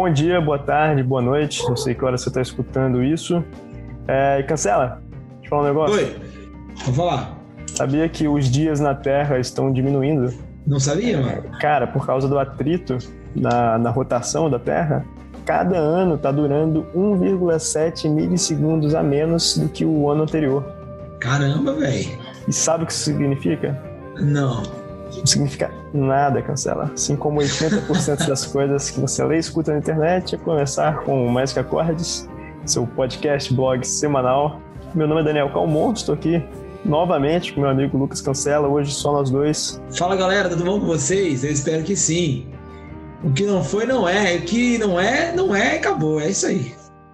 Bom dia, boa tarde, boa noite. Não sei que hora você está escutando isso. Cancela, deixa eu falar um negócio. Oi, vou falar. Sabia que os dias na Terra estão diminuindo? Não sabia, mano? Cara, por causa do atrito na rotação da Terra, cada ano está durando 1,7 milissegundos a menos do que o ano anterior. Caramba, velho. E sabe o que isso significa? Não. Não significa nada, Cancela. Assim como 80% das coisas que você lê e escuta na internet, a começar com o Magic Acordes, seu podcast, blog semanal. Meu nome é Daniel Calmon, estou aqui novamente com meu amigo Lucas Cancela, hoje só nós dois. Fala, galera, tudo bom com vocês? Eu espero que sim. O que não foi, não é. O que não é, não é e acabou. É isso aí.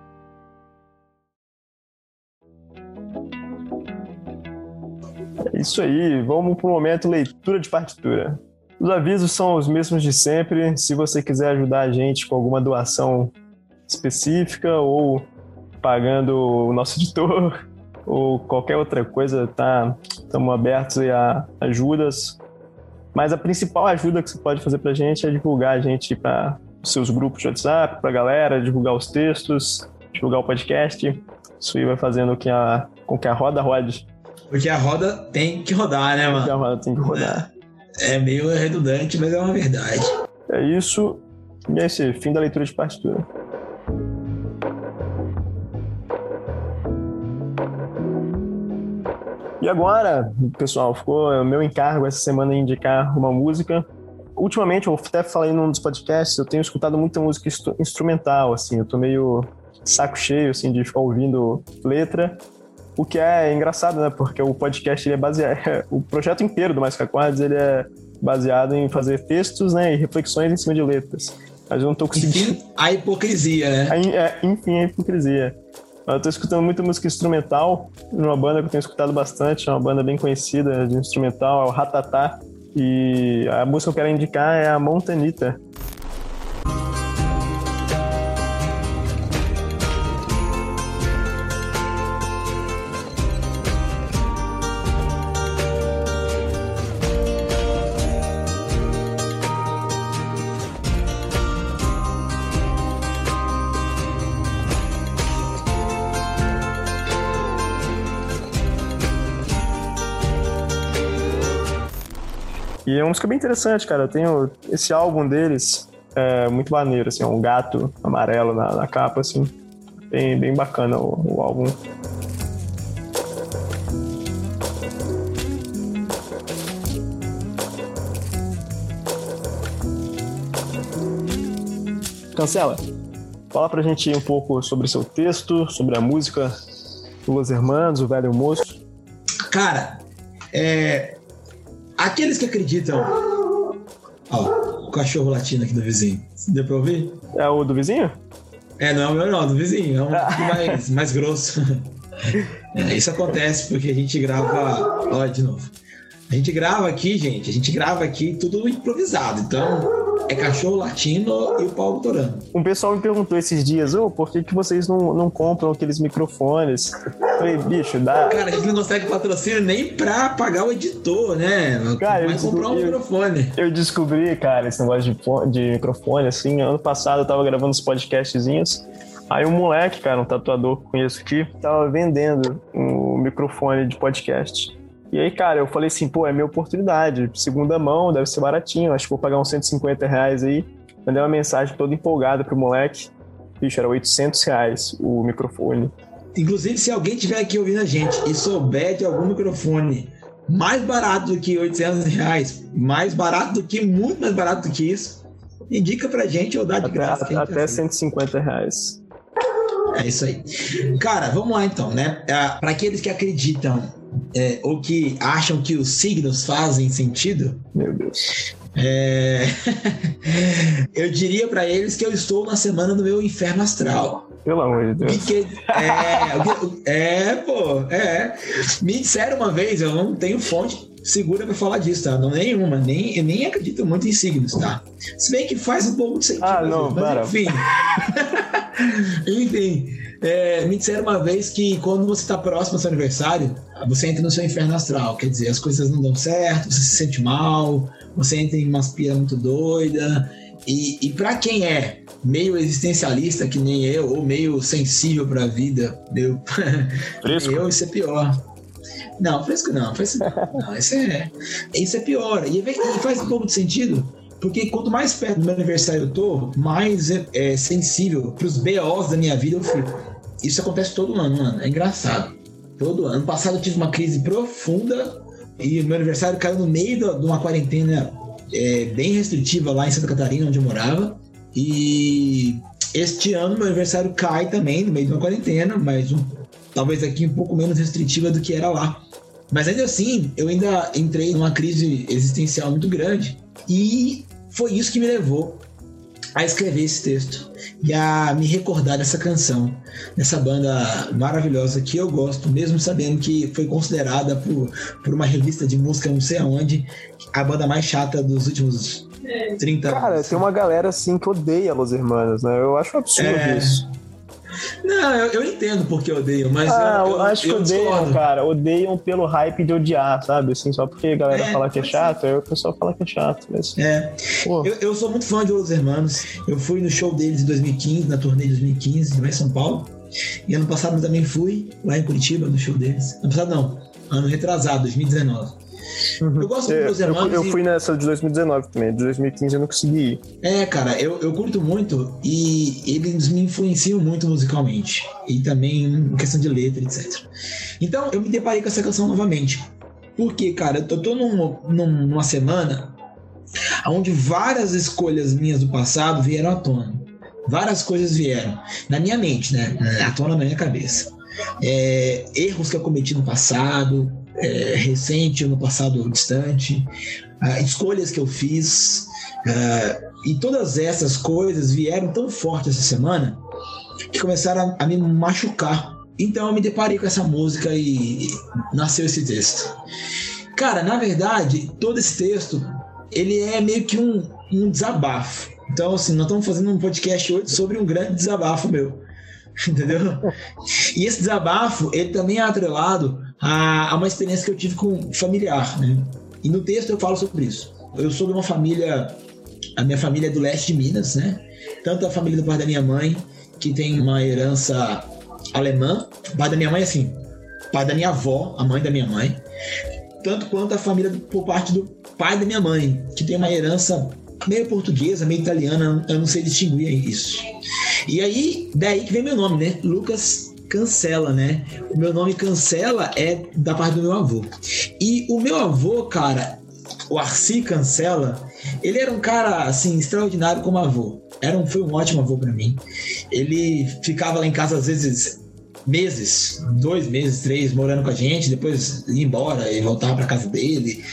É isso aí, vamos para o momento leitura de partitura. Os avisos são os mesmos de sempre. Se você quiser ajudar a gente com alguma doação específica ou pagando o nosso editor ou qualquer outra coisa, estamos abertos a ajudas. Mas a principal ajuda que você pode fazer para a gente é divulgar a gente para os seus grupos de WhatsApp, para a galera, divulgar os textos, divulgar o podcast. Isso aí vai fazendo com que a roda rode. Porque a roda tem que rodar, né, mano? Porque a roda tem que rodar. É meio redundante, mas é uma verdade. É isso. E é esse fim da leitura de partitura. E agora, pessoal, ficou meu encargo essa semana indicar uma música. Ultimamente, eu até falei num dos podcasts, eu tenho escutado muita música instrumental, assim, eu tô meio saco cheio, assim, de ficar ouvindo letra. O que é engraçado, né? Porque o podcast, ele é baseado... O projeto inteiro do Magic Acordes, ele é baseado em fazer textos, né? E reflexões em cima de letras. Mas eu não tô conseguindo... Enfim, a hipocrisia, né? Enfim, a hipocrisia. Eu tô escutando muita música instrumental, numa banda que eu tenho escutado bastante, é uma banda bem conhecida de instrumental, é o Ratatá. E a música que eu quero indicar é a Montanita. E é uma música bem interessante, cara. Eu tenho esse álbum deles, muito maneiro, assim, um gato amarelo na capa, assim. Bem bacana o álbum. Cancela, fala pra gente um pouco sobre o seu texto, sobre a música do Los Hermanos, o Velho Moço. Cara, aqueles que acreditam... Ó, o cachorro latindo aqui do vizinho. Deu pra ouvir? É o do vizinho? Não é o meu não, do vizinho. É um pouco mais grosso. Isso acontece porque a gente grava... Olha de novo. A gente grava aqui tudo improvisado. Então, é cachorro latindo e o pau torando. Um pessoal me perguntou esses dias, por que vocês não compram aqueles microfones? Eu falei, bicho, dá... Cara, a gente não consegue patrocínio nem pra pagar o editor, né? Cara, vai comprar um microfone. Eu descobri, cara, esse negócio de microfone, assim, ano passado eu tava gravando uns podcastzinhos, aí um moleque, cara, um tatuador que conheço aqui, tava vendendo um microfone de podcast. E aí, cara, eu falei assim, é minha oportunidade, segunda mão, deve ser baratinho, acho que vou pagar uns R$150 aí. Mandei uma mensagem toda empolgada pro moleque. Bicho, era R$800 o microfone. Inclusive, se alguém tiver aqui ouvindo a gente e souber de algum microfone mais barato do que R$800, muito mais barato do que isso, indica pra gente ou dá de graça. Até R$150. É isso aí. Cara, vamos lá então, né? Para aqueles que acreditam ou que acham que os signos fazem sentido, meu Deus, eu diria para eles que eu estou na semana do meu inferno astral. Pelo amor de Deus. Me disseram uma vez, eu não tenho fonte segura pra falar disso, tá? Não nenhuma, eu nem acredito muito em signos, tá? Se bem que faz um pouco de sentido. Mas enfim. Enfim, me disseram uma vez que quando você tá próximo ao seu aniversário, você entra no seu inferno astral, quer dizer, as coisas não dão certo, você se sente mal, você entra em umas pira muito doida, E para quem é meio existencialista, que nem eu, ou meio sensível pra vida, eu, isso é pior. Não, fresco não. Não, isso é pior. E faz um pouco de sentido, porque quanto mais perto do meu aniversário eu tô, mais sensível pros BOs da minha vida eu fico. Isso acontece todo ano, mano. É engraçado. Todo ano. Ano passado eu tive uma crise profunda e o meu aniversário caiu no meio de uma quarentena bem restritiva lá em Santa Catarina, onde eu morava. E este ano meu aniversário cai também no meio de uma quarentena, mas talvez aqui um pouco menos restritiva do que era lá. Mas ainda assim, eu ainda entrei numa crise existencial muito grande. E foi isso que me levou a escrever esse texto e a me recordar dessa canção, dessa banda maravilhosa que eu gosto, mesmo sabendo que foi considerada por uma revista de música não sei aonde a banda mais chata dos últimos 30 anos. Cara, tem uma galera assim que odeia Los Hermanos, né? Eu acho absurdo isso. Não, eu entendo porque odeiam, mas eu acho que odeiam, discordo. Cara, odeiam pelo hype de odiar, sabe? Assim, só porque a galera fala que é chato, aí o pessoal fala que é chato. Mas... Eu sou muito fã de Los Hermanos. Eu fui no show deles em 2015, na turnê de 2015, lá em São Paulo. E ano passado eu também fui lá em Curitiba, no show deles. Ano passado não, ano retrasado, 2019. Eu gosto muito dos Hermanos. Eu fui nessa de 2019 também, de 2015 eu não consegui ir. Cara, eu curto muito e eles me influenciam muito musicalmente. E também em questão de letra, etc. Então eu me deparei com essa canção novamente. Porque, cara, eu tô numa semana onde várias escolhas minhas do passado vieram à tona. Várias coisas vieram na minha mente, né? À tona na minha cabeça. Erros que eu cometi no passado, recente ou no passado distante, escolhas que eu fiz, e todas essas coisas vieram tão forte essa semana que começaram a me machucar. Então eu me deparei com essa música e nasceu esse texto. Cara, na verdade, todo esse texto ele é meio que um desabafo. Então, assim, nós estamos fazendo um podcast hoje sobre um grande desabafo meu. Entendeu? E esse desabafo, ele também é atrelado a uma experiência que eu tive com familiar, né? E no texto eu falo sobre isso. Eu sou de uma família, a minha família é do leste de Minas, né? Tanto a família do pai da minha mãe, que tem uma herança alemã, o pai da minha mãe, assim, pai da minha avó, a mãe da minha mãe, tanto quanto a família por parte do pai da minha mãe, que tem uma herança meio portuguesa, meio italiana, eu não sei distinguir isso. E aí, daí que vem meu nome, né? Lucas Cancela, né? O meu nome Cancela é da parte do meu avô. E o meu avô, cara, o Arci Cancela, ele era um cara, assim, extraordinário como avô. Foi um ótimo avô pra mim. Ele ficava lá em casa, às vezes, meses, 2 meses, 3, morando com a gente, depois ia embora e voltava pra casa dele.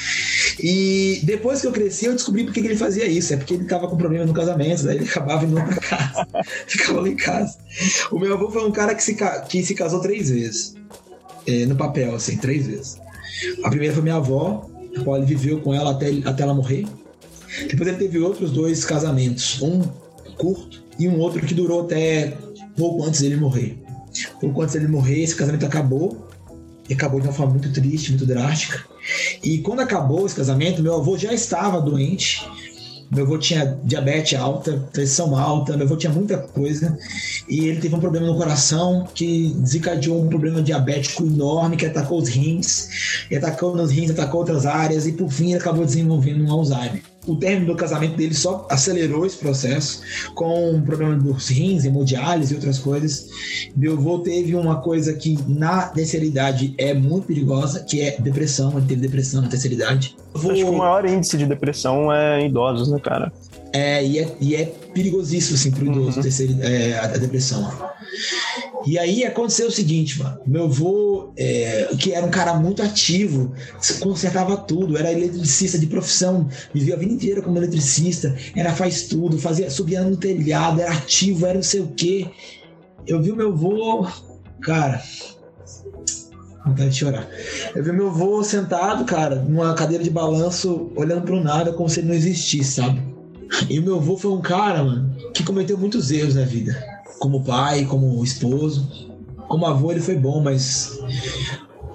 E depois que eu cresci, eu descobri por que ele fazia isso. É porque ele tava com problema no casamento, daí ele acabava indo pra casa. Ficava lá em casa. O meu avô foi um cara que se casou 3 vezes. No papel, assim, 3 vezes. A primeira foi minha avó, a qual ele viveu com ela até ela morrer. Depois ele teve outros 2 casamentos. Um curto e um outro que durou até pouco antes dele morrer. Pouco antes dele morrer, esse casamento acabou. E acabou de uma forma muito triste, muito drástica. E quando acabou esse casamento, meu avô já estava doente. Meu avô tinha diabetes alta, pressão alta, meu avô tinha muita coisa. E ele teve um problema no coração que desencadeou um problema diabético enorme que atacou os rins. E atacou nos rins, atacou outras áreas. E por fim ele acabou desenvolvendo um Alzheimer. O término do casamento dele só acelerou esse processo com um problema dos rins, hemodiálise e outras coisas. Meu avô teve uma coisa que na terceira idade é muito perigosa, que é depressão. Ele teve depressão na terceira idade. Acho que o maior índice de depressão é em idosos, né, cara? E é perigosíssimo, assim, pro idoso a depressão. E aí aconteceu o seguinte, mano. Meu avô, que era um cara muito ativo, consertava tudo, era eletricista de profissão, vivia a vida inteira como eletricista, faz tudo, subia no telhado, era ativo, era não sei o quê. Eu vi o meu avô, cara, vontade de chorar. Eu vi meu avô sentado, cara, numa cadeira de balanço, olhando pro nada como se ele não existisse, sabe? E o meu avô foi um cara, mano, que cometeu muitos erros na vida. Como pai, como esposo. Como avô ele foi bom, mas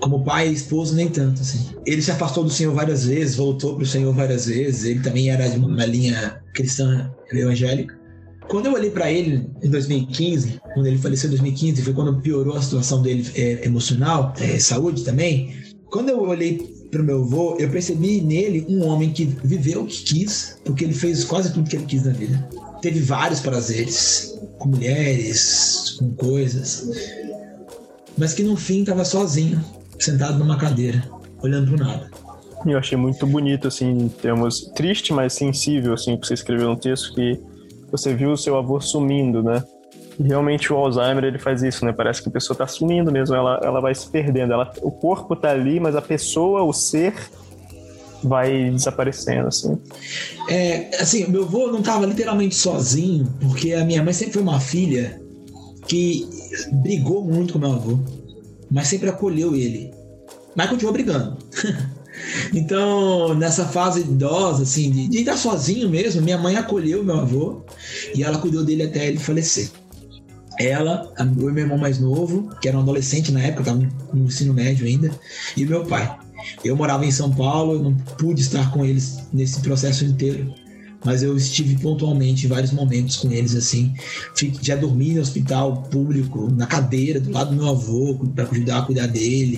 Como pai e esposo, nem tanto, assim. Ele se afastou do Senhor várias vezes, voltou pro Senhor várias vezes. Ele também era de uma linha cristã evangélica. Quando eu olhei para ele em 2015, quando ele faleceu em 2015, foi quando piorou a situação dele emocional, saúde também. Quando eu olhei pro meu avô, eu percebi nele um homem que viveu o que quis, porque ele fez quase tudo que ele quis na vida. Teve vários prazeres, com mulheres, com coisas, mas que no fim estava sozinho, sentado numa cadeira, olhando pro nada. Eu achei muito bonito, assim, em termos triste, mas sensível, assim, que você escreveu no texto, que você viu o seu avô sumindo, né? E realmente o Alzheimer, ele faz isso, né? Parece que a pessoa tá sumindo mesmo, ela vai se perdendo. O corpo tá ali, mas a pessoa, o ser, vai desaparecendo, assim. Assim, meu avô não tava literalmente sozinho, porque a minha mãe sempre foi uma filha que brigou muito com meu avô, mas sempre acolheu ele. Mas continuou brigando. Então, nessa fase idosa, assim, de estar sozinho mesmo, minha mãe acolheu meu avô e ela cuidou dele até ele falecer. Ela, eu e meu irmão mais novo, que era um adolescente na época, estava no ensino médio ainda, e o meu pai. Eu morava em São Paulo, eu não pude estar com eles nesse processo inteiro, mas eu estive pontualmente em vários momentos com eles, assim. Já dormi no hospital público, na cadeira, do lado do meu avô, para ajudar a cuidar dele.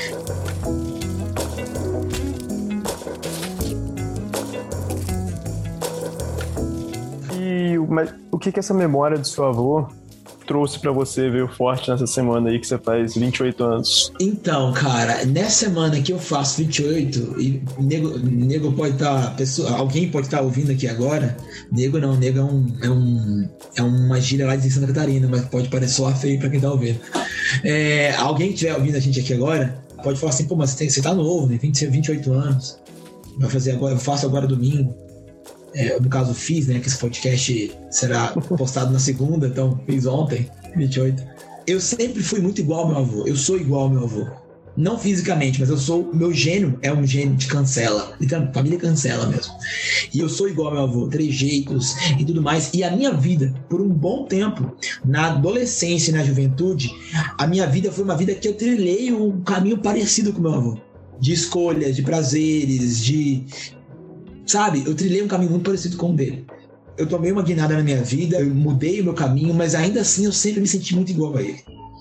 Mas o que essa memória do seu avô trouxe pra você, veio forte nessa semana aí que você faz 28 anos? Então, cara, nessa semana que eu faço 28, e nego pode estar, alguém pode estar ouvindo aqui agora, nego é uma gíria lá de Santa Catarina, mas pode parecer só feio pra quem tá ouvindo. Alguém que estiver ouvindo a gente aqui agora, pode falar assim, pô, mas você tá novo, né? 28 anos, vai fazer agora, eu faço agora domingo. No caso fiz, né, que esse podcast será postado na segunda, então fiz ontem, 28. Eu sempre fui muito igual ao meu avô, eu sou igual ao meu avô. Não fisicamente, mas meu gênio é um gênio de Cancela, literalmente, família Cancela mesmo. E eu sou igual ao meu avô, trejeitos e tudo mais. E a minha vida, por um bom tempo, na adolescência e na juventude, a minha vida foi uma vida que eu trilhei um caminho parecido com o meu avô. De escolhas, de prazeres, sabe, eu trilhei um caminho muito parecido com o dele. Eu tomei uma guinada na minha vida, eu mudei o meu caminho, mas ainda assim eu sempre me senti muito igual a ele.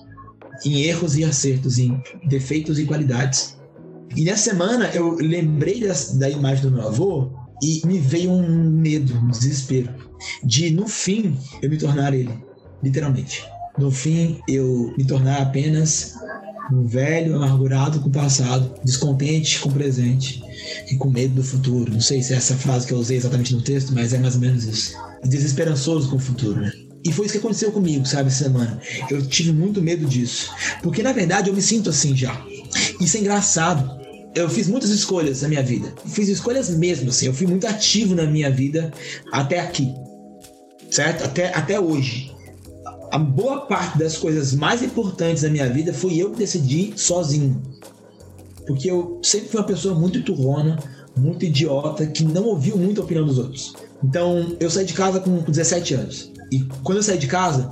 Em erros e acertos, em defeitos e qualidades. E nessa semana eu lembrei da imagem do meu avô e me veio um medo, um desespero de, no fim, eu me tornar ele, literalmente. No fim, eu me tornar apenas um velho amargurado com o passado, descontente com o presente e com medo do futuro. Não sei se é essa frase que eu usei exatamente no texto, mas é mais ou menos isso. Desesperançoso com o futuro, né? E foi isso que aconteceu comigo, sabe, essa semana. Eu tive muito medo disso. Porque, na verdade, eu me sinto assim já. Isso é engraçado. Eu fiz muitas escolhas na minha vida. Fiz escolhas mesmo, assim. Eu fui muito ativo na minha vida até aqui. Certo? Até hoje. A boa parte das coisas mais importantes da minha vida foi eu que decidi sozinho. Porque eu sempre fui uma pessoa muito turrona, muito idiota, que não ouviu muito a opinião dos outros. Então, eu saí de casa com 17 anos. E quando eu saí de casa,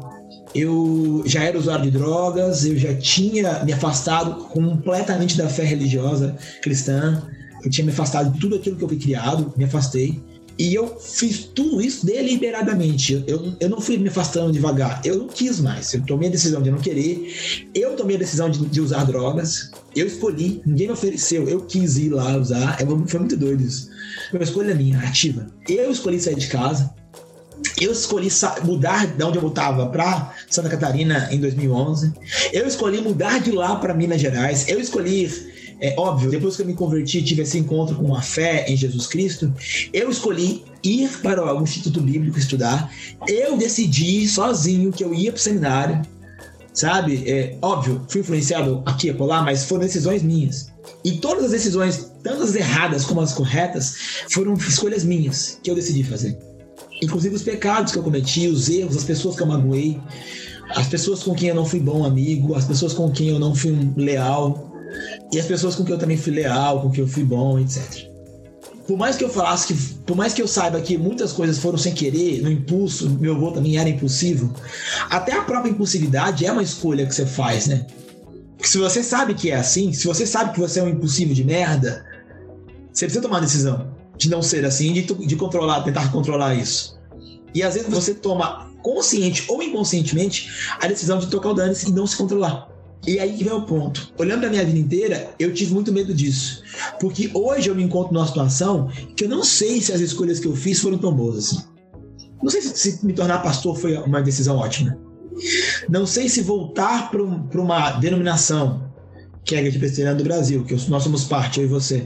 eu já era usuário de drogas, eu já tinha me afastado completamente da fé religiosa cristã, eu tinha me afastado de tudo aquilo que eu fui criado, me afastei. E eu fiz tudo isso deliberadamente. Eu não fui me afastando devagar. Eu não quis mais. Eu tomei a decisão de não querer. Eu tomei a decisão de usar drogas. Eu escolhi. Ninguém me ofereceu. Eu quis ir lá usar. Foi muito doido isso. Foi uma escolha minha, ativa. Eu escolhi sair de casa. Eu escolhi mudar de onde eu estava para Santa Catarina em 2011. Eu escolhi mudar de lá para Minas Gerais. Eu escolhi... óbvio, depois que eu me converti, tive esse encontro com a fé em Jesus Cristo, eu escolhi ir para o Instituto Bíblico estudar. Eu decidi sozinho que eu ia para o seminário, sabe? Óbvio, fui influenciado aqui e acolá, mas foram decisões minhas. E todas as decisões, tanto as erradas como as corretas, foram escolhas minhas que eu decidi fazer. Inclusive os pecados que eu cometi, os erros, as pessoas que eu magoei, as pessoas com quem eu não fui bom amigo, as pessoas com quem eu não fui leal, e as pessoas com quem eu também fui leal, com quem eu fui bom, etc. Por mais que eu falasse por mais que eu saiba que muitas coisas foram sem querer, no impulso, meu avô também era impulsivo, até a própria impulsividade é uma escolha que você faz, né? Porque se você sabe que é assim, se você sabe que você é um impulsivo de merda, você precisa tomar a decisão de não ser assim, de controlar, tentar controlar isso. E às vezes você toma, consciente ou inconscientemente, a decisão de tocar o dane-se e não se controlar. E aí que vem o ponto. Olhando pra minha vida inteira, eu tive muito medo disso. Porque hoje eu me encontro numa situação que eu não sei se as escolhas que eu fiz foram tão boas assim. Não sei se me tornar pastor foi uma decisão ótima. Não sei se voltar para uma denominação, que é a Igreja Presbiteriana do Brasil, que nós somos parte, eu e você.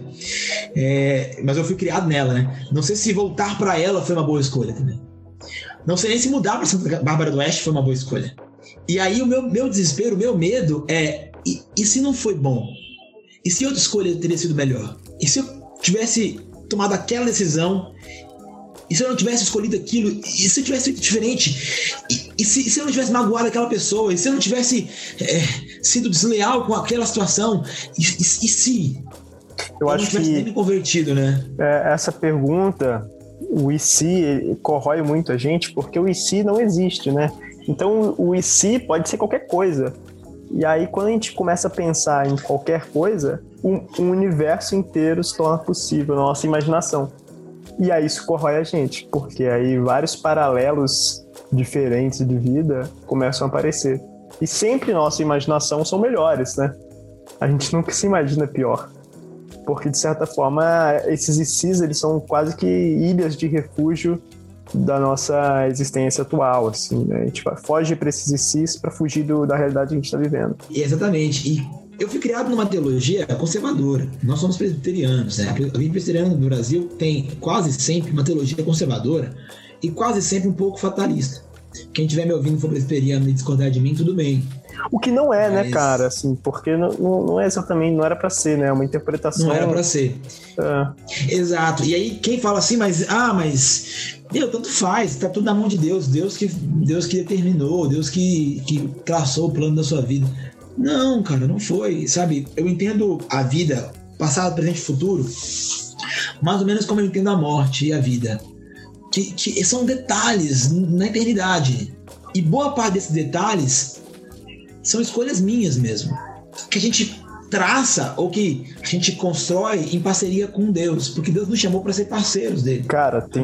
Mas eu fui criado nela, né? Não sei se voltar para ela foi uma boa escolha também. Não sei nem se mudar para Santa Bárbara do Oeste foi uma boa escolha. E aí o meu desespero, o meu medo é... E se não foi bom? E se outra escolha teria sido melhor? E se eu tivesse tomado aquela decisão? E se eu não tivesse escolhido aquilo? E se eu tivesse feito diferente? E se eu não tivesse magoado aquela pessoa? E se eu não tivesse sido desleal com aquela situação? E se eu acho não tivesse nem me convertido, né? Essa pergunta, o e se, corrói muito a gente, porque o e se não existe, né? Então o e se pode ser qualquer coisa. E aí quando a gente começa a pensar em qualquer coisa, um universo inteiro se torna possível na nossa imaginação. E aí isso corrói a gente, porque aí vários paralelos diferentes de vida começam a aparecer. E sempre nossa imaginação são melhores, né? A gente nunca se imagina pior. Porque, de certa forma, esses ICs, eles são quase que ilhas de refúgio da nossa existência atual, assim, né? A gente foge para esses ICs para fugir da realidade que a gente está vivendo. Exatamente. E eu fui criado numa teologia conservadora. Nós somos presbiterianos, né? A Igreja Presbiteriana do Brasil tem quase sempre uma teologia conservadora e quase sempre um pouco fatalista. Quem estiver me ouvindo for presbiteriano e discordar de mim, tudo bem. O que não é, né, cara? Assim, porque não é exatamente, não era pra ser, né? É uma interpretação. Não era pra ser. Exato. E aí, quem fala assim, mas tanto faz, tá tudo na mão de Deus. Deus que determinou, Deus que traçou o plano da sua vida. Não, cara, não foi, sabe? Eu entendo a vida, passado, presente e futuro, mais ou menos como eu entendo a morte e a vida. Que são detalhes na eternidade. E boa parte desses detalhes são escolhas minhas mesmo. Que a gente traça ou que a gente constrói em parceria com Deus. Porque Deus nos chamou para ser parceiros dele. Cara, tem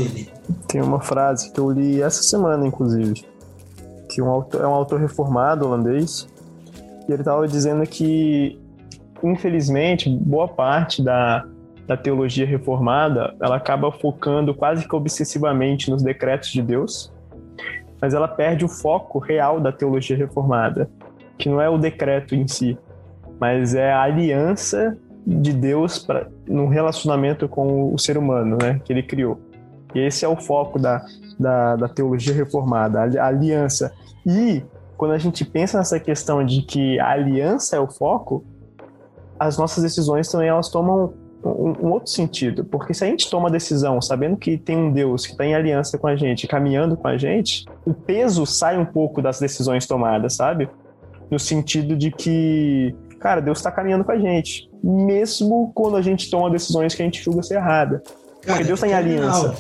uma frase que eu li essa semana, inclusive. Que é um autor reformado holandês. E ele estava dizendo que, infelizmente, boa parte da teologia reformada, ela acaba focando quase que obsessivamente nos decretos de Deus, mas ela perde o foco real da teologia reformada, que não é o decreto em si, mas é a aliança de Deus no relacionamento com o ser humano, né, que ele criou. E esse é o foco da teologia reformada, a aliança. E quando a gente pensa nessa questão de que a aliança é o foco, as nossas decisões também elas tomam um outro sentido, porque se a gente toma a decisão sabendo que tem um Deus que está em aliança com a gente, caminhando com a gente, o peso sai um pouco das decisões tomadas, sabe? No sentido de que, cara, Deus está caminhando com a gente, mesmo quando a gente toma decisões que a gente julga ser errada. Porque Deus está em aliança.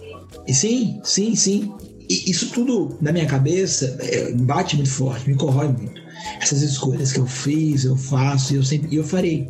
Sim. E isso tudo na minha cabeça bate muito forte, me corrói muito. Essas escolhas que eu fiz, eu faço e eu farei.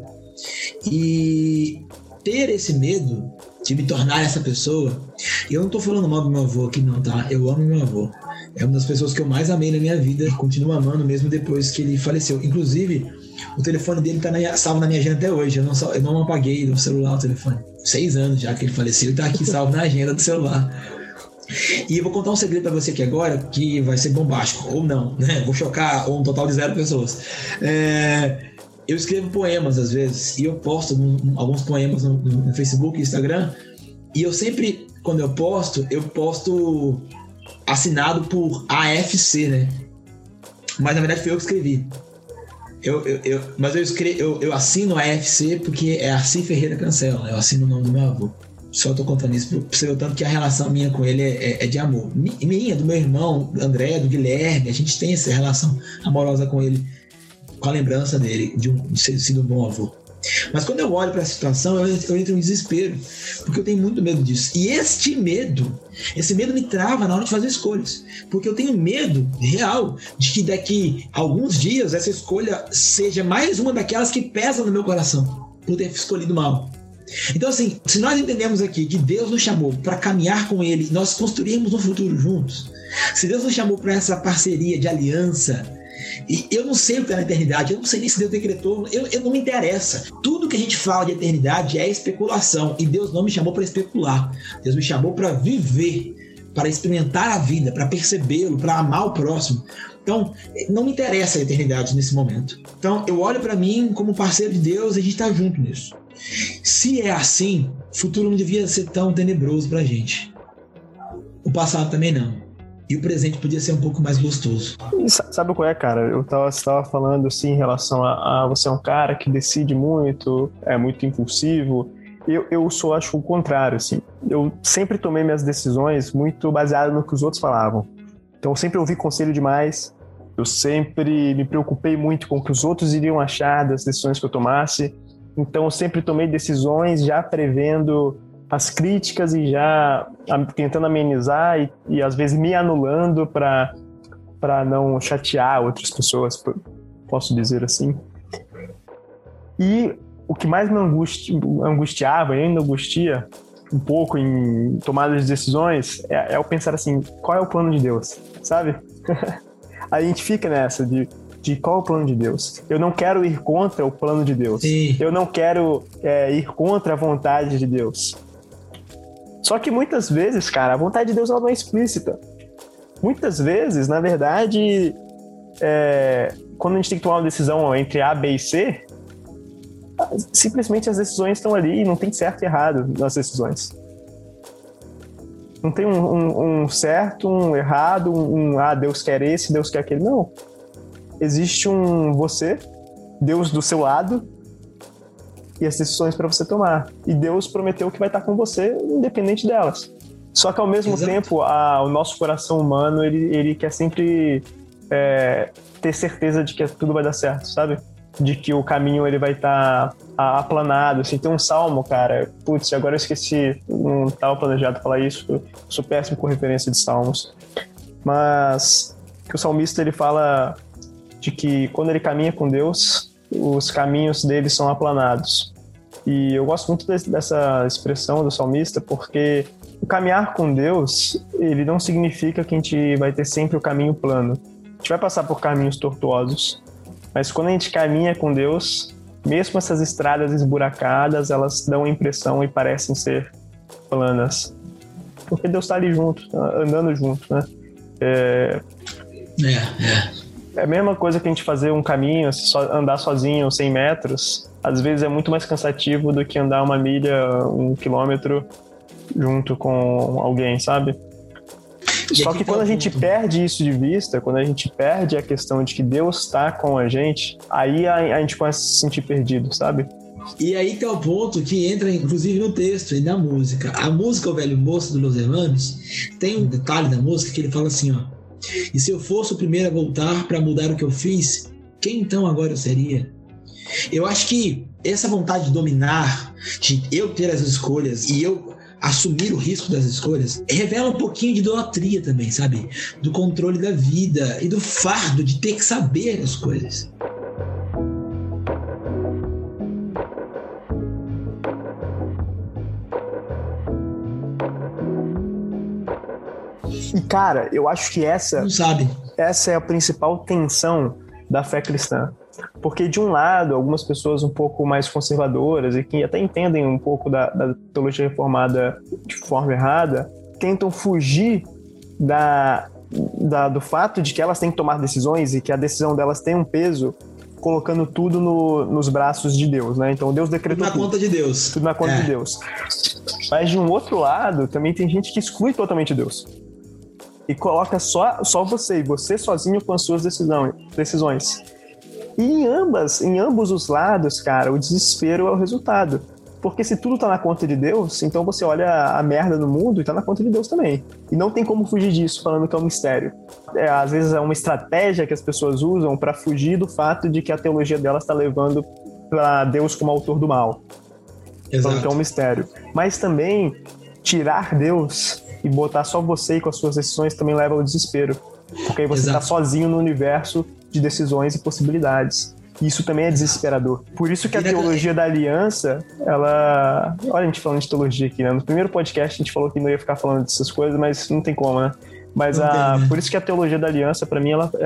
E ter esse medo de me tornar essa pessoa, e eu não tô falando mal do meu avô aqui não, tá? Eu amo meu avô, é uma das pessoas que eu mais amei na minha vida, continuo amando mesmo depois que ele faleceu. Inclusive o telefone dele tá salvo na minha agenda até hoje, eu não apaguei do celular o telefone, 6 anos já que ele faleceu, ele tá aqui salvo na agenda do celular. E eu vou contar um segredo pra você aqui agora que vai ser bombástico, ou não, né? Vou chocar um total de 0 pessoas. Eu escrevo poemas às vezes e eu posto alguns poemas no Facebook e Instagram, e eu sempre, quando eu posto assinado por AFC, né? Mas na verdade foi eu que escrevi. Mas eu assino AFC porque é Arci Ferreira Cancela, eu assino o nome do meu avô. Só tô contando isso pra você ver o tanto que a relação minha com ele é de amor. Minha, do meu irmão, do André, do Guilherme, a gente tem essa relação amorosa com ele, com a lembrança dele, de ter sido um bom avô. Mas quando eu olho para a situação, eu entro em desespero, porque eu tenho muito medo disso. E esse medo me trava na hora de fazer escolhas, porque eu tenho medo real de que daqui a alguns dias essa escolha seja mais uma daquelas que pesam no meu coração, por ter escolhido mal. Então, assim, se nós entendemos aqui que Deus nos chamou para caminhar com Ele, nós construímos um futuro juntos, se Deus nos chamou para essa parceria de aliança, e eu não sei o que é na eternidade, eu não sei nem se Deus decretou, eu não me interessa. Tudo que a gente fala de eternidade é especulação, e Deus não me chamou para especular. Deus me chamou para viver, para experimentar a vida, para percebê-lo, para amar o próximo. Então, não me interessa a eternidade nesse momento. Então, eu olho para mim como parceiro de Deus e a gente está junto nisso. Se é assim, o futuro não devia ser tão tenebroso para a gente. O passado também não. E o presente podia ser um pouco mais gostoso. Sabe qual é, cara? Você estava falando assim em relação a você é um cara que decide muito, é muito impulsivo. Eu só acho o contrário, assim. Eu sempre tomei minhas decisões muito baseado no que os outros falavam. Então eu sempre ouvi conselho demais. Eu sempre me preocupei muito com o que os outros iriam achar das decisões que eu tomasse. Então eu sempre tomei decisões já prevendo as críticas e já tentando amenizar e às vezes me anulando para não chatear outras pessoas, posso dizer assim. E o que mais me angustiava e ainda angustia um pouco em tomadas de decisões é eu pensar assim, qual é o plano de Deus, sabe? A gente fica nessa de qual é o plano de Deus. Eu não quero ir contra o plano de Deus. Sim. Eu não quero ir contra a vontade de Deus. Só que muitas vezes, cara, a vontade de Deus ela não é explícita. Muitas vezes, na verdade, quando a gente tem que tomar uma decisão entre A, B e C, simplesmente as decisões estão ali e não tem certo e errado nas decisões. Não tem um certo, um errado, Deus quer esse, Deus quer aquele. Não. Existe você, Deus do seu lado, e as decisões para você tomar. E Deus prometeu que vai estar com você, independente delas. Só que, ao mesmo tempo, o nosso coração humano, ele quer sempre ter certeza de que tudo vai dar certo, sabe? De que o caminho ele vai estar aplanado. Assim, tem um salmo, cara, putz, agora eu esqueci, não estava planejado falar isso, eu sou péssimo com referência de salmos. Mas que o salmista, ele fala de que quando ele caminha com Deus, os caminhos dele são aplanados. E eu gosto muito dessa expressão do salmista, porque o caminhar com Deus, ele não significa que a gente vai ter sempre o caminho plano. A gente vai passar por caminhos tortuosos, mas quando a gente caminha com Deus, mesmo essas estradas esburacadas, elas dão a impressão e parecem ser planas. Porque Deus está ali junto, andando junto, né? É a mesma coisa que a gente fazer um caminho, andar sozinho 100 metros, às vezes é muito mais cansativo do que andar 1 milha, 1 quilômetro junto com alguém, sabe? Só que quando a gente perde isso de vista, quando a gente perde a questão de que Deus está com a gente, aí a gente começa a se sentir perdido, sabe? E aí que é o ponto que entra, inclusive, no texto e na música. A música O Velho Moço, do Los Hermanos, tem um detalhe da música que ele fala assim, ó: e se eu fosse o primeiro a voltar para mudar o que eu fiz, quem então agora eu seria? Eu acho que essa vontade de dominar, de eu ter as escolhas e eu assumir o risco das escolhas, revela um pouquinho de idolatria também, sabe? Do controle da vida e do fardo de ter que saber as coisas. E, cara, eu acho que essa é a principal tensão da fé cristã. Porque, de um lado, algumas pessoas um pouco mais conservadoras e que até entendem um pouco da teologia reformada de forma errada, tentam fugir do fato de que elas têm que tomar decisões e que a decisão delas tem um peso, colocando tudo nos braços de Deus, né? Então, Deus decretou tudo na conta de Deus. Tudo na conta de Deus. Mas, de um outro lado, também tem gente que exclui totalmente Deus. E coloca só você, e você sozinho com as suas decisões. E em ambos os lados, cara, o desespero é o resultado. Porque se tudo tá na conta de Deus, então você olha a merda no mundo e tá na conta de Deus também. E não tem como fugir disso, falando que é um mistério. Às vezes é uma estratégia que as pessoas usam para fugir do fato de que a teologia delas tá levando para Deus como autor do mal. Exato. Então é um mistério. Mas também tirar Deus e botar só você com as suas decisões também leva ao desespero. Porque aí você está sozinho no universo de decisões e possibilidades. Isso também é desesperador. Por isso que a teologia da aliança, ela... Olha a gente falando de teologia aqui, né? No primeiro podcast a gente falou que não ia ficar falando dessas coisas, mas não tem como, né? Mas por isso que a teologia da aliança, para mim, ela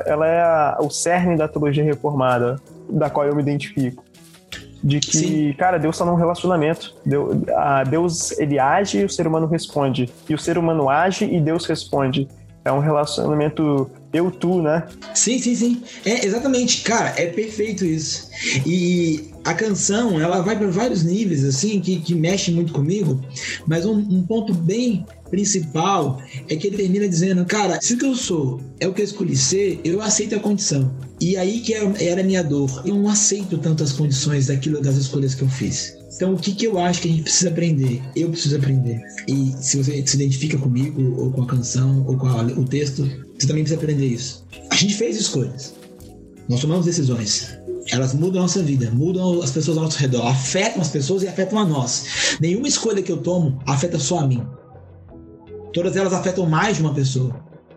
é o cerne da teologia reformada, da qual eu me identifico. De que, sim, cara, Deus está num relacionamento. Deus, ele age e o ser humano responde. E o ser humano age e Deus responde. É um relacionamento eu-tu, né? Sim. É, exatamente. Cara, é perfeito isso. E a canção, ela vai para vários níveis, assim, que mexe muito comigo. Mas um ponto bem principal é que ele termina dizendo, cara, se o que eu sou é o que eu escolhi ser, eu aceito a condição. E aí que era a minha dor. Eu não aceito tanto as condições das escolhas que eu fiz. Então, o que eu acho que a gente precisa aprender? Eu preciso aprender. E se você se identifica comigo, ou com a canção, ou com o texto, você também precisa aprender isso. A gente fez escolhas. Nós tomamos decisões. Elas mudam a nossa vida, mudam as pessoas ao nosso redor, afetam as pessoas e afetam a nós. Nenhuma escolha que eu tomo afeta só a mim. Todas elas afetam mais de uma pessoa.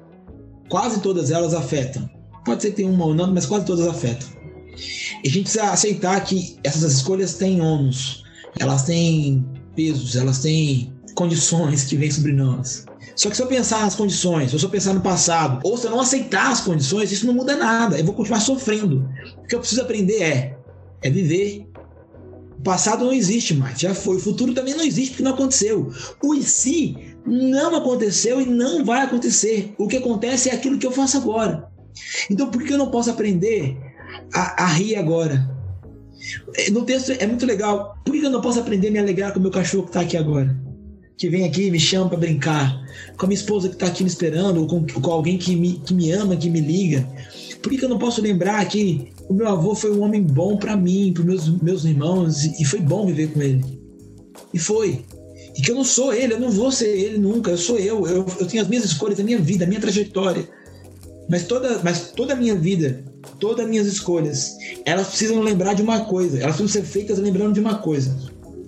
Quase todas elas afetam. Pode ser que tenha uma ou não, mas quase todas afetam. E a gente precisa aceitar que essas escolhas têm ônus. Elas têm pesos, elas têm condições que vêm sobre nós. Só que se eu pensar nas condições, ou se eu pensar no passado, ou se eu não aceitar as condições, isso não muda nada. Eu vou continuar sofrendo. O que eu preciso aprender é viver. O passado não existe mais, já foi. O futuro também não existe porque não aconteceu. O e se não aconteceu e não vai acontecer. O que acontece é aquilo que eu faço agora. Então por que eu não posso aprender a rir agora? No texto é muito legal. Por que eu não posso aprender a me alegrar com o meu cachorro que está aqui agora? Que vem aqui e me chama para brincar. Com a minha esposa que está aqui me esperando. Ou com alguém que me ama, que me liga. Por que eu não posso lembrar que o meu avô foi um homem bom para mim, para meus irmãos, e foi bom viver com ele? E foi. E que eu não sou ele, eu não vou ser ele nunca. Eu sou eu tenho as minhas escolhas, a minha vida, a minha trajetória. Mas toda a minha vida, todas as minhas escolhas, elas precisam lembrar de uma coisa. Elas precisam ser feitas lembrando de uma coisa.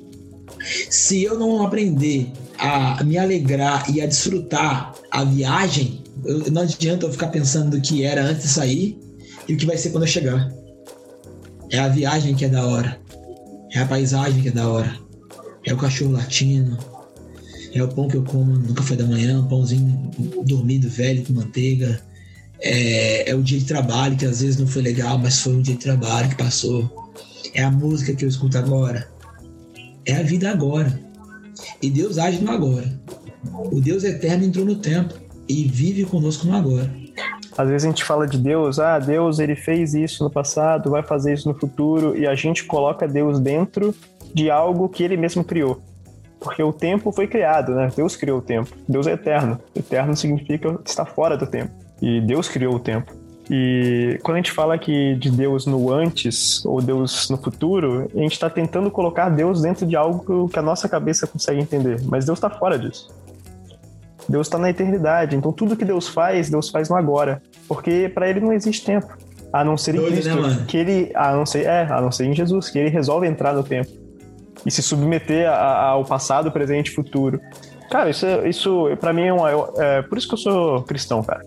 Se eu não aprender a me alegrar e a desfrutar a viagem, não adianta eu ficar pensando do que era antes de sair e o que vai ser quando eu chegar. É a viagem que é da hora. É a paisagem que é da hora. É o cachorro latindo. É o pão que eu como no café da manhã, um pãozinho dormido, velho, com manteiga. É o dia de trabalho, que às vezes não foi legal, mas foi um dia de trabalho que passou. É a música que eu escuto agora. É a vida agora. E Deus age no agora. O Deus eterno entrou no tempo e vive conosco no agora. Às vezes a gente fala de Deus, Deus ele fez isso no passado, vai fazer isso no futuro, e a gente coloca Deus dentro de algo que ele mesmo criou. Porque o tempo foi criado, né? Deus criou o tempo. Deus é eterno. Eterno significa que está fora do tempo. E Deus criou o tempo. E quando a gente fala aqui de Deus no antes ou Deus no futuro, a gente está tentando colocar Deus dentro de algo que a nossa cabeça consegue entender. Mas Deus está fora disso. Deus está na eternidade. Então tudo que Deus faz no agora. Porque para ele não existe tempo. A não ser em Cristo. Né, que ele, a não ser em Jesus, que ele resolve entrar no tempo. E se submeter ao passado, presente e futuro. Cara, isso para mim é por isso que eu sou cristão, cara.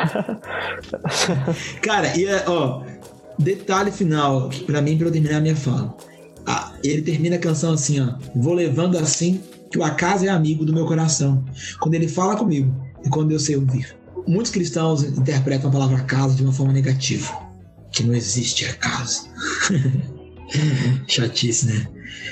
Cara, e detalhe final, que pra mim, pra eu terminar a minha fala. Ele termina a canção assim, vou levando assim que o acaso é amigo do meu coração. Quando ele fala comigo e quando eu sei ouvir. Muitos cristãos interpretam a palavra acaso de uma forma negativa. Que não existe acaso. Chatice, né?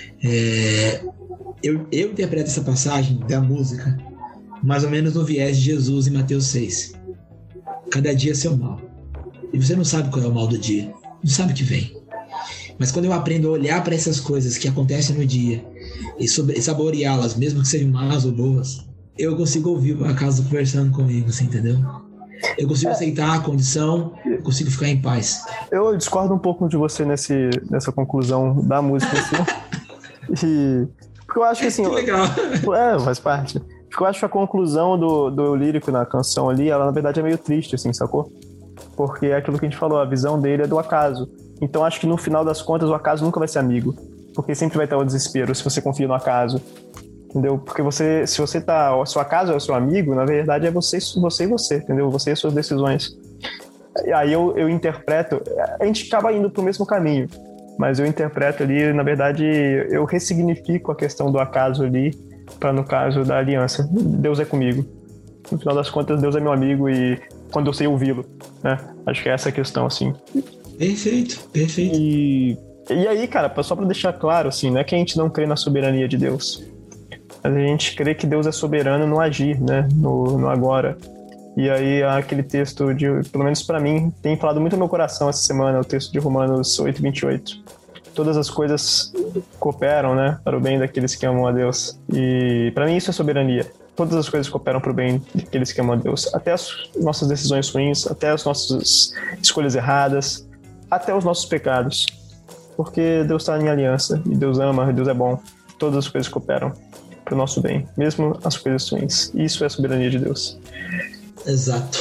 Eu interpreto essa passagem da música mais ou menos no viés de Jesus em Mateus 6. Cada dia é seu mal. E você não sabe qual é o mal do dia. Não sabe o que vem. Mas quando eu aprendo a olhar para essas coisas que acontecem no dia e saboreá-las, mesmo que sejam más ou boas, eu consigo ouvir a casa conversando comigo, você entendeu? Eu consigo aceitar a condição, eu consigo ficar em paz. Eu discordo um pouco de você nessa conclusão da música. Assim. Porque eu acho que assim... Que legal. Faz parte. Porque eu acho que a conclusão do lírico na canção ali, ela na verdade é meio triste, assim, sacou? Porque é aquilo que a gente falou, a visão dele é do acaso. Então acho que no final das contas o acaso nunca vai ser amigo, porque sempre vai estar o desespero se você confia no acaso, entendeu? Porque se o seu acaso é o seu amigo, na verdade é você e você, entendeu? Você e suas decisões. E aí eu interpreto, a gente acaba indo pro mesmo caminho, mas eu interpreto ali, na verdade, eu ressignifico a questão do acaso ali, para no caso da aliança. Deus é comigo. No final das contas, Deus é meu amigo e quando eu sei ouvi-lo, né? Acho que é essa a questão, assim. Perfeito. E aí, cara, só para deixar claro, assim, não é que a gente não crê na soberania de Deus, mas a gente crê que Deus é soberano no agir, né? No agora. E aí, aquele texto, pelo menos para mim, tem falado muito no meu coração essa semana, o texto de Romanos 8:28. Todas as coisas cooperam, né, para o bem daqueles que amam a Deus. E para mim isso é soberania. Todas as coisas cooperam para o bem daqueles que amam a Deus. Até as nossas decisões ruins, até as nossas escolhas erradas, até os nossos pecados. Porque Deus está em aliança, e Deus ama, e Deus é bom. Todas as coisas cooperam para o nosso bem, mesmo as coisas ruins. Isso é a soberania de Deus. Exato.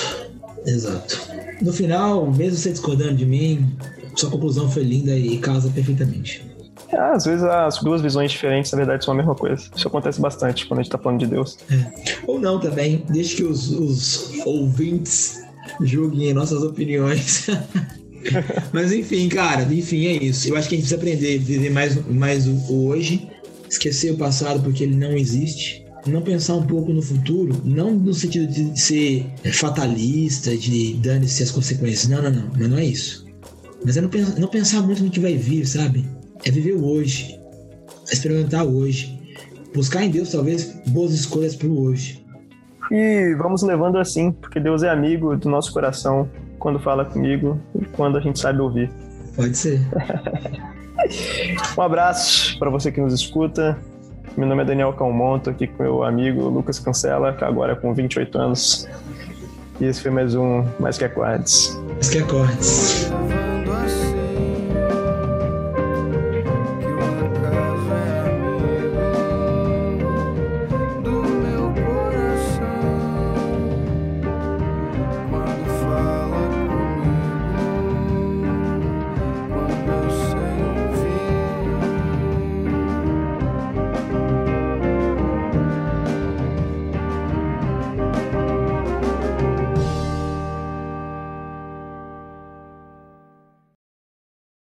No final, mesmo você discordando de mim, sua conclusão foi linda e casa perfeitamente. Às vezes as duas visões diferentes, na verdade, são a mesma coisa. Isso acontece bastante quando a gente tá falando de Deus. Ou não também, desde que os ouvintes julguem nossas opiniões. Mas enfim, cara, é isso. Eu acho que a gente precisa aprender a viver mais o hoje, esquecer o passado porque ele não existe. Não pensar um pouco no futuro, não no sentido de ser fatalista, de dane-se as consequências. Não é isso. Mas é não pensar muito no que vai vir, sabe? É viver o hoje, é experimentar o hoje, buscar em Deus talvez boas escolhas pro hoje. E vamos levando assim, porque Deus é amigo do nosso coração quando fala comigo e quando a gente sabe ouvir. Pode ser. Um abraço para você que nos escuta. Meu nome é Daniel Calmonto, aqui com meu amigo Lucas Cancela, que agora é com 28 anos. E esse foi mais um Mais Que Acordes. Mais Que Acordes.